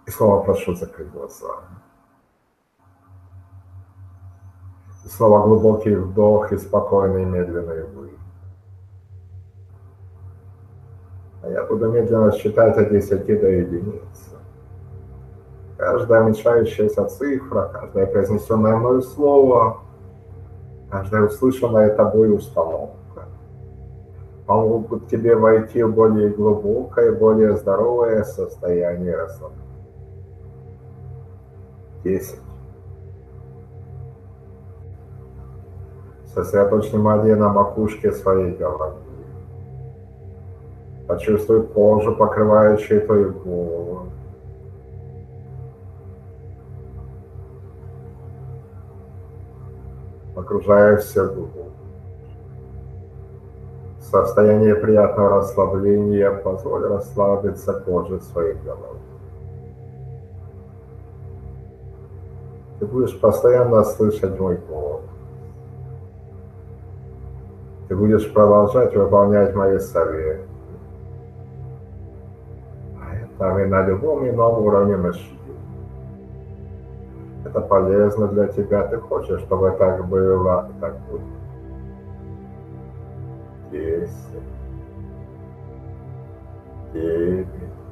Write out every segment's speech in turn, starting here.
И снова прошу закрыть глаза. И снова глубокий вдох и спокойный медленный выдох. А я буду медленно считать от 10 до единицы. Каждая уменьшающаяся цифра, каждое произнесенное мною слово, каждая услышанная тобой установка помогут тебе войти в более глубокое, более здоровое состояние расслабления. 10. Сосредоточь внимание на макушке своей головы. Почувствуй кожу, покрывающую твою голову. Погружаясь все глубже. В состоянии приятного расслабления позволь расслабиться коже своей головы. Ты будешь постоянно слышать мой голос. Ты будешь продолжать выполнять мои советы. А это и на любом ином уровне мышления. Это полезно для тебя. Ты хочешь, чтобы так было, и так будет. 10. 9.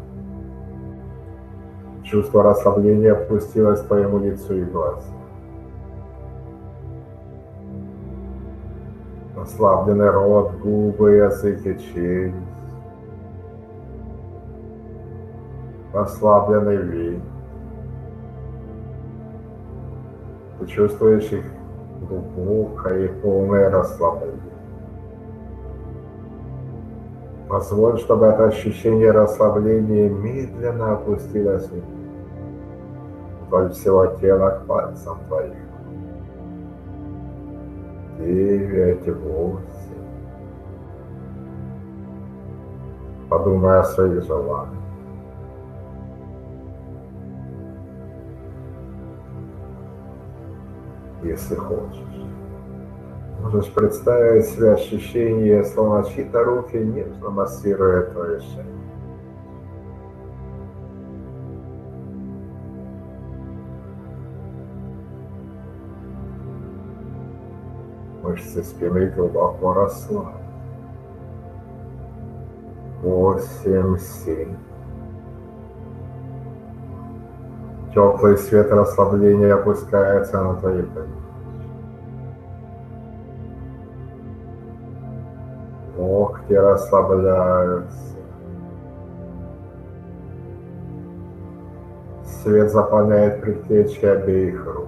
Чувство расслабления опустилось к твоему лицу и глазам. Расслабленный рот, губы, язык и челюсть. Расслабленный вид. Ты чувствуешь их глубокое и полное расслабление. Позволь, чтобы это ощущение расслабления медленно опустилось вдоль всего тела к пальцам твоих. 9, 8. Подумай о своих желаниях. Если хочешь. Можешь представить себе ощущение, словно чьи-то руки нежно массируют твою шею. Мышцы спины глубоко расслаблены. 8, 7. Теплый свет расслабления опускается на твои плечи. Локти расслабляются. Свет заполняет предплечья обеих рук.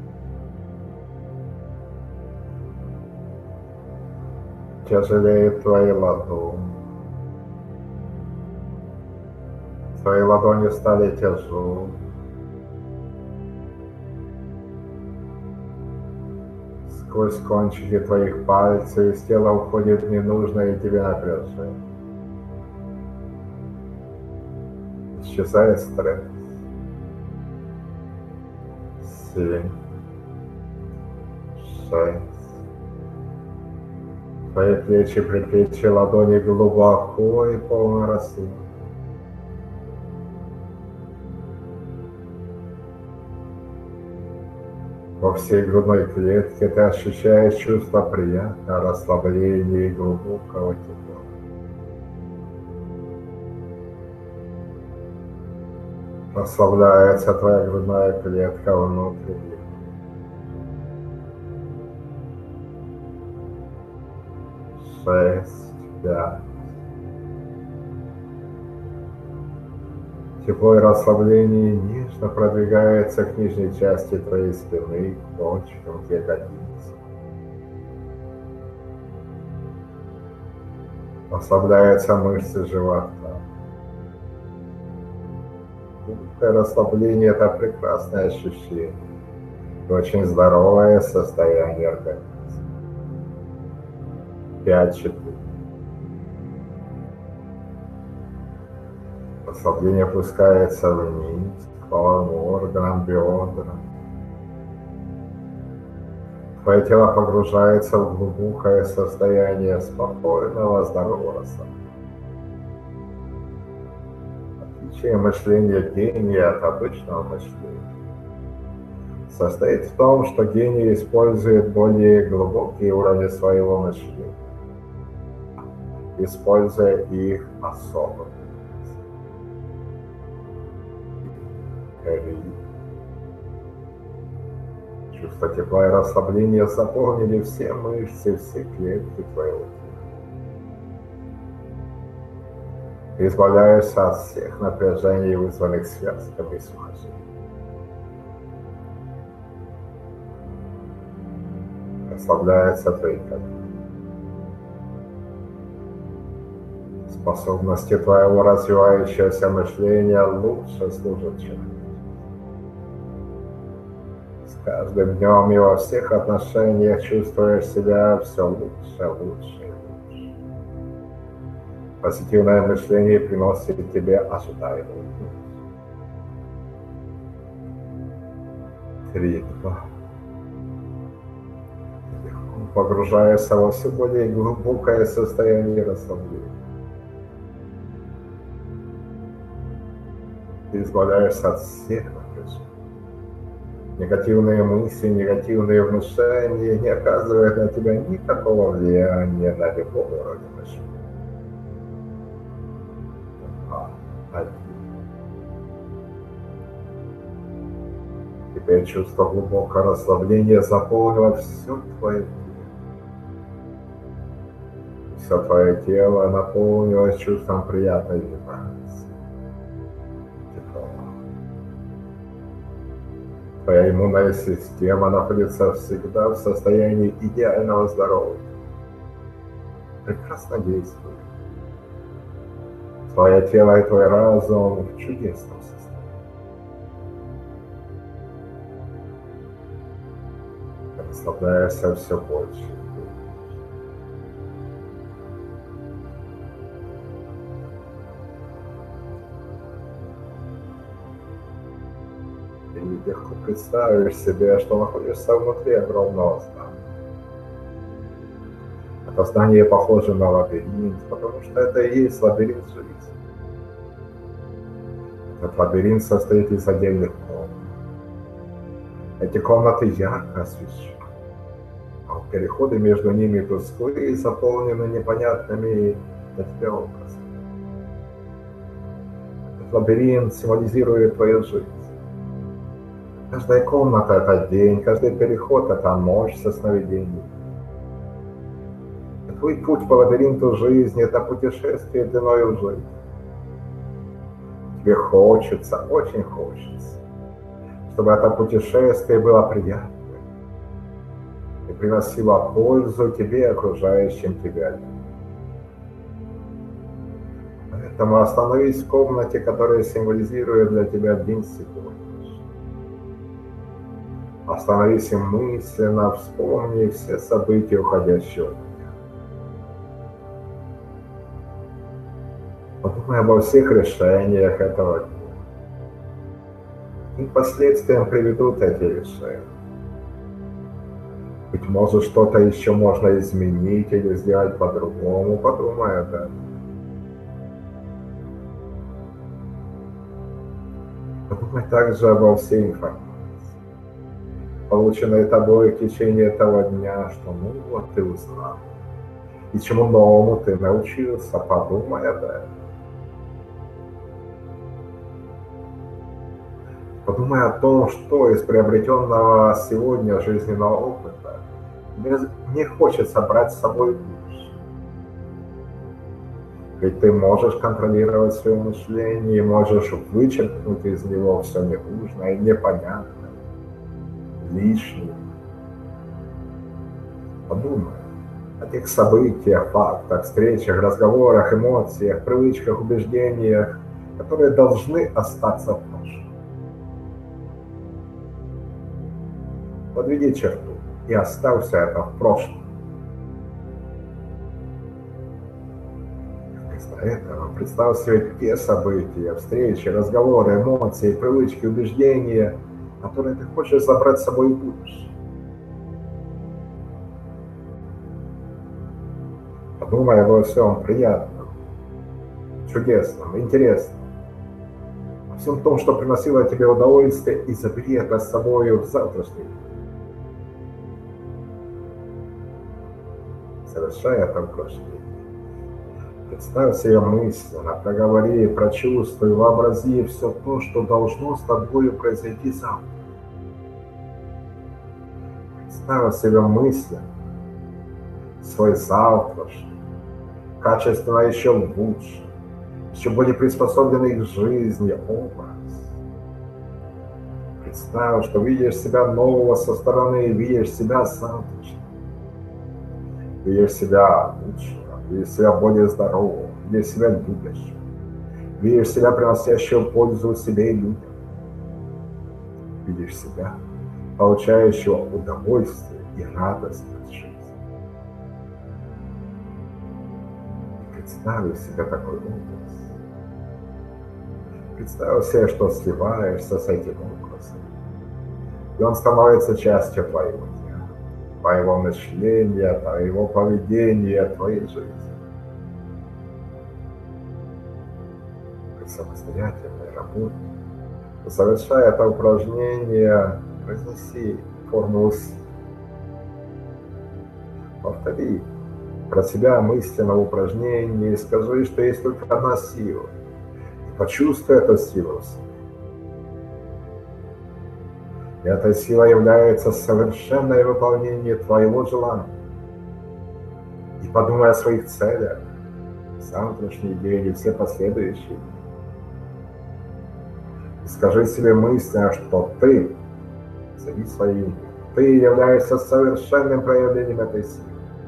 Тяжелеет твои ладони. Твои ладони стали тяжелыми. Сквозь кончики твоих пальцев из тела уходит ненужное тебе напряжение. Исчезает стресс. 7, 6. Твои плечи, предплечья, ладони глубоко и полно расслаблены. Во всей грудной клетке ты ощущаешь чувство приятного расслабления и глубокого тепла. Расслабляется твоя грудная клетка внутри. 6, 5. Тепло и расслабление нежно продвигается к нижней части твоей спины, к кончикам ягодиц. Расслабляются мышцы живота. Глубокое расслабление – это прекрасное ощущение и очень здоровое состояние организма. 5, 4. Расслабление опускается вниз, к половым органам, бедрам. Твое тело погружается в глубокое состояние спокойного, здорового расслабления. Отличие мышления гения от обычного мышления состоит в том, что гений использует более глубокие уровни своего мышления, используя их особо. Чувство тепла и расслабления заполнили все мышцы, все клетки твоего тела. Ты избавляешься от всех напряжений, вызванных связками и сухожилиями. Расслабляется твои колени. Способности твоего развивающегося мышления лучше служат человеку. С каждым днем и во всех отношениях чувствуешь себя все лучше, лучше и лучше. Позитивное мышление приносит тебе ожидаемый плюс. 3, 2. Погружаешься во все более глубокое состояние расслабления. Ты избавляешься от всех напряжений. Негативные мысли, негативные внушения не оказывают на тебя никакого влияния на любом уровне мышления. 1. Теперь чувство глубокого расслабления заполнило все твое тело. Все твое тело наполнилось чувством приятной вибрации. Тепла. Твоя иммунная система находится всегда в состоянии идеального здоровья. Прекрасно действует. Твое тело и твой разум в чудесном состоянии. Расслабляешься все больше. Ты легко представишь себе, что находишься внутри огромного здания. Это здание похоже на лабиринт, потому что это и есть лабиринт жизни. Этот лабиринт состоит из отдельных комнат. Эти комнаты ярко освещены, а переходы между ними тусклые и заполнены непонятными для тебя образами. Этот лабиринт символизирует твою жизнь. Каждая комната – это день, каждый переход – это ночь со сновидений. Твой путь по лабиринту жизни – это путешествие длиною в жизнь. Тебе хочется, очень хочется, чтобы это путешествие было приятным и приносило пользу тебе и окружающим тебя людям. Поэтому остановись в комнате, которая символизирует для тебя день сегодняшний. Остановись и мысленно вспомни все события уходящего дня. Подумай обо всех решениях этого дня. И к последствиям приведут эти решения. Быть может, что-то еще можно изменить или сделать по-другому. Подумай об этом. Подумай также обо всей информации, полученной тобой в течение этого дня, что нового ты узнал, и чему новому ты научился. Подумай об этом. Подумай о том, что из приобретенного сегодня жизненного опыта тебе не хочется брать с собой в будущее. Ведь ты можешь контролировать свое мышление, можешь вычеркнуть из него все ненужное, непонятное, лишнее. Подумай о тех событиях, фактах, встречах, разговорах, эмоциях, привычках, убеждениях, которые должны остаться в прошлом. Подведи черту и оставь все это в прошлом. Вместо этого представь себе те события, встречи, разговоры, эмоции, привычки, убеждения, которые ты хочешь забрать с собой в будущее. Подумай обо всем приятном, чудесном, интересном. всем том, что приносило тебе удовольствие, и забери это с собой в завтрашний день. Совершай это упражнение. Представь себе мысленно, проговори, прочувствуй, вообрази все то, что должно с тобой произойти завтра. Представь себе мысленно свой завтрашний, качественно еще лучше, еще более приспособленный к жизни образ. Представь, что видишь себя нового со стороны, видишь себя завтрашнего, видишь себя лучшего, видишь себя более здорового, видишь себя любящего, видишь себя приносящего пользу себе и людям, видишь себя получающего удовольствие и радость от жизни. Представь себе такой образ. Представь себе, что сливаешься с этим образом. И он становится частью твоего дня, твоего мышления, твоего поведения, твоей жизни. При самостоятельной работе, совершая это упражнение, произноси формулу силы. Повтори про себя мысленно в упражнении и скажи, что есть только одна сила. И почувствуй эту силу. И эта сила является совершенное выполнение твоего желания. И подумай о своих целях, завтрашний день и все последующие. И скажи себе мысленно, что ты, зови свои имя, ты являешься совершенным проявлением этой силы.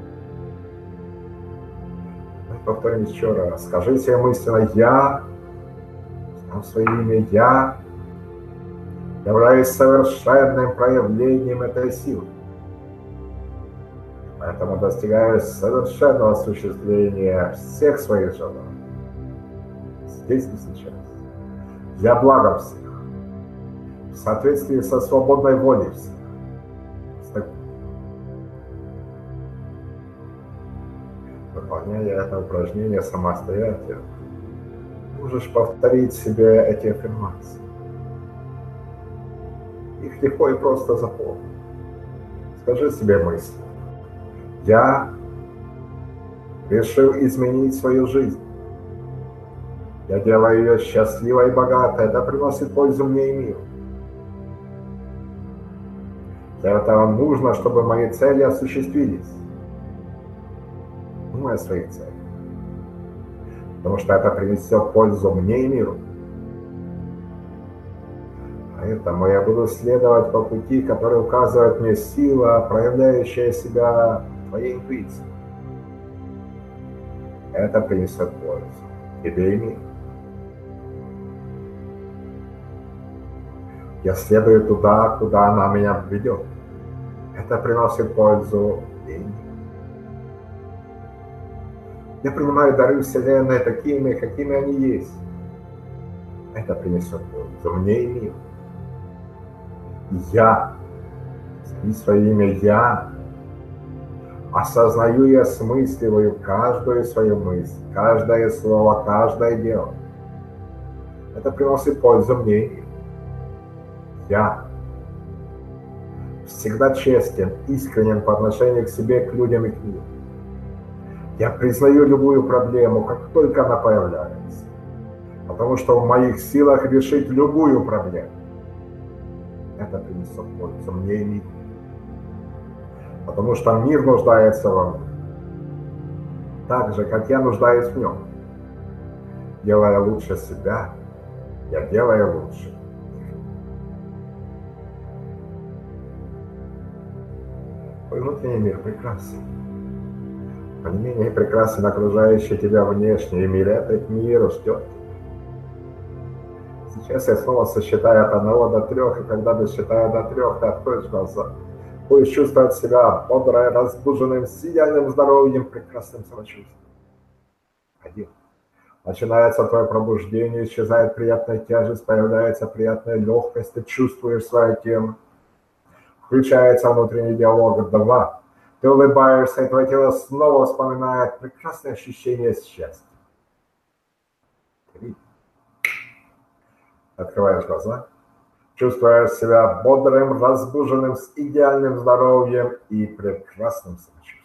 Повторим еще раз. Скажи себе мысленно: я, знав свое имя, я являюсь совершенным проявлением этой силы. Поэтому достигаю совершенного осуществления всех своих желаний. Здесь и сейчас. Для блага всех. В соответствии со свободной волей всех. Выполняя это упражнение самостоятельно, можешь повторить себе эти аффирмации. Их легко и просто запомни. Скажи себе мысли: я решил изменить свою жизнь. Я делаю ее счастливой и богатой. Это приносит пользу мне и миру. Для этого нужно, чтобы мои цели осуществились. Думай о своих целях. Потому что это принесет пользу мне и миру. Поэтому я буду следовать по пути, который указывает мне сила, проявляющая себя твоей интуицией. Это принесет пользу тебе и миру. Я следую туда, куда она меня ведет. Это приносит пользу мне и миру. Я принимаю дары Вселенной такими, какими они есть. Это принесет пользу мне и миру. Я, и свое имя я, осознаю и осмысливаю каждую свою мысль, каждое слово, каждое дело. Это приносит пользу мне и миру. Я всегда честен, искренен по отношению к себе, к людям и к миру. Я признаю любую проблему, как только она появляется, потому что в моих силах решить любую проблему. Это принесет пользу мне и миру. Потому что мир нуждается во мне, так же, как я нуждаюсь в нем. Делая лучше себя, я делаю лучше. Твой внутренний мир прекрасен. Но не менее прекрасен окружающий тебя внешний мир. Этот мир ждет. Сейчас я снова сосчитаю от 1 до 3, и когда досчитаю до 3, ты откроешь глаза. Будешь чувствовать себя бодрым, разбуженным, сиянием, здоровьем, прекрасным самочувствием. 1. Начинается твое пробуждение, исчезает приятная тяжесть, появляется приятная легкость, ты чувствуешь свое тело. Включается внутренний диалог. 2. Ты улыбаешься, и твое тело снова вспоминает прекрасные ощущения счастья. 3. Открываешь глаза, чувствуешь себя бодрым, разбуженным, с идеальным здоровьем и прекрасным самочувствием.